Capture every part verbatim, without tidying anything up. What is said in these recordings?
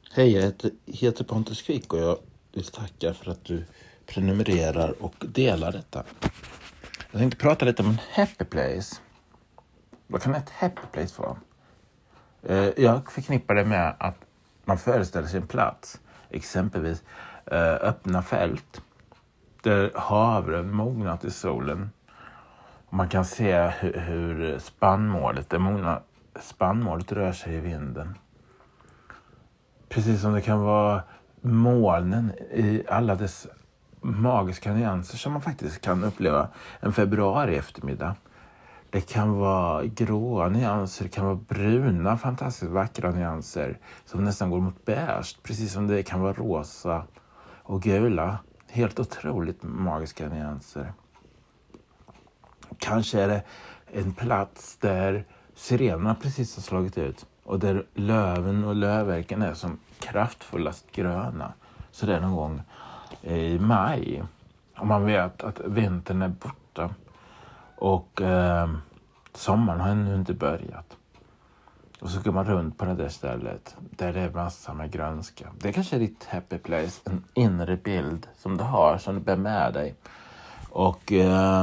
Hej, jag heter, heter Pontus Quick och jag vill tacka för att du prenumererar och delar detta. Jag tänkte prata lite om en happy place. Vad kan ett happy place vara? Jag förknippar det med att man föreställer sig en plats, exempelvis öppna fält där havren mognat i solen. Man kan se hur, hur spannmålet, det mogna, spannmålet rör sig i vinden. Precis som det kan vara molnen i alla dess magiska nyanser som man faktiskt kan uppleva en februari eftermiddag. Det kan vara gråa nyanser, det kan vara bruna, fantastiskt vackra nyanser som nästan går mot beige. Precis som det kan vara rosa och gula, helt otroligt magiska nyanser. Kanske är det en plats där sirenerna precis har slagit ut och där löven och lövverken är som kraftfullast gröna. Så det är någon gång i maj. Och man vet att vintern är borta och eh, sommaren har ännu inte börjat. Och så går man runt på det där stället där det är massor med grönska. Det kanske är ditt happy place, en inre bild som du har, som du bär med dig. Och eh,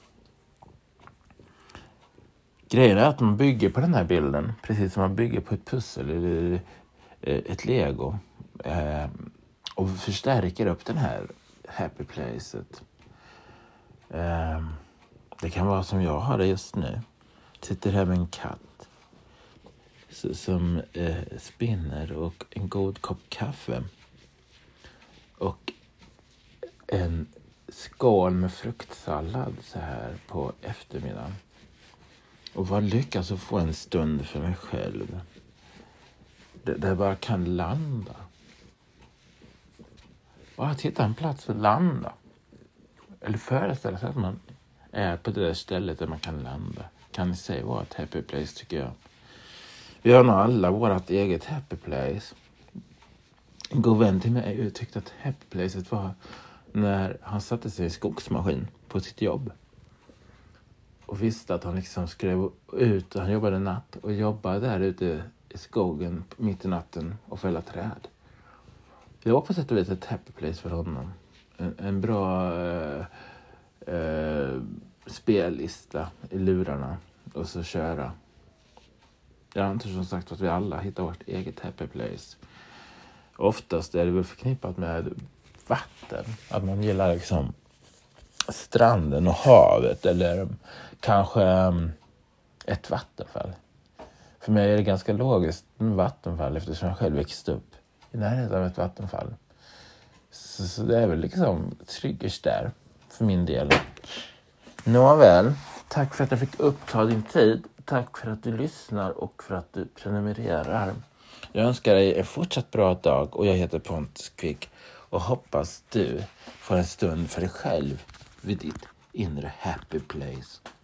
grejen är att man bygger på den här bilden, precis som man bygger på ett pussel eller ett lego. Eh, och förstärker upp den här happy placet. Eh, det kan vara som jag har det just nu. Sitter här med en katt som eh, spinner och en god kopp kaffe. Och en skål med fruktsallad så här på eftermiddagen. Och vad lyckas att få en stund för mig själv. Där jag bara kan landa. Bara hitta en plats för att landa. Eller föreställa sig att man är på det där stället där man kan landa. Kan ni säga vara ett happy place, tycker jag. Vi har nog alla vårt eget happy place. En god vän till mig tyckte att happy placet var när han satte sig i skogsmaskin på sitt jobb. Och visste att han liksom skrev ut, han jobbade natt och jobbade där ute i skogen mitt i natten och fälla träd. Det var på sätt och vis ett happy place för honom. En, en bra eh, eh, spellista i lurarna och så köra. Jag antar som sagt att vi alla hittar vårt eget happy place. Oftast är det väl förknippat med vatten. Att man gillar liksom stranden och havet eller kanske um, ett vattenfall. För mig är det ganska logiskt med vattenfall eftersom jag själv växte upp i närheten av ett vattenfall. Så, så det är väl liksom tryggast där för min del. Nåväl, tack för att jag fick uppta din tid. Tack för att du lyssnar och för att du prenumererar. Jag önskar dig en fortsatt bra dag och jag heter Pontus Quick och hoppas du får en stund för dig själv vid ditt inre happy place.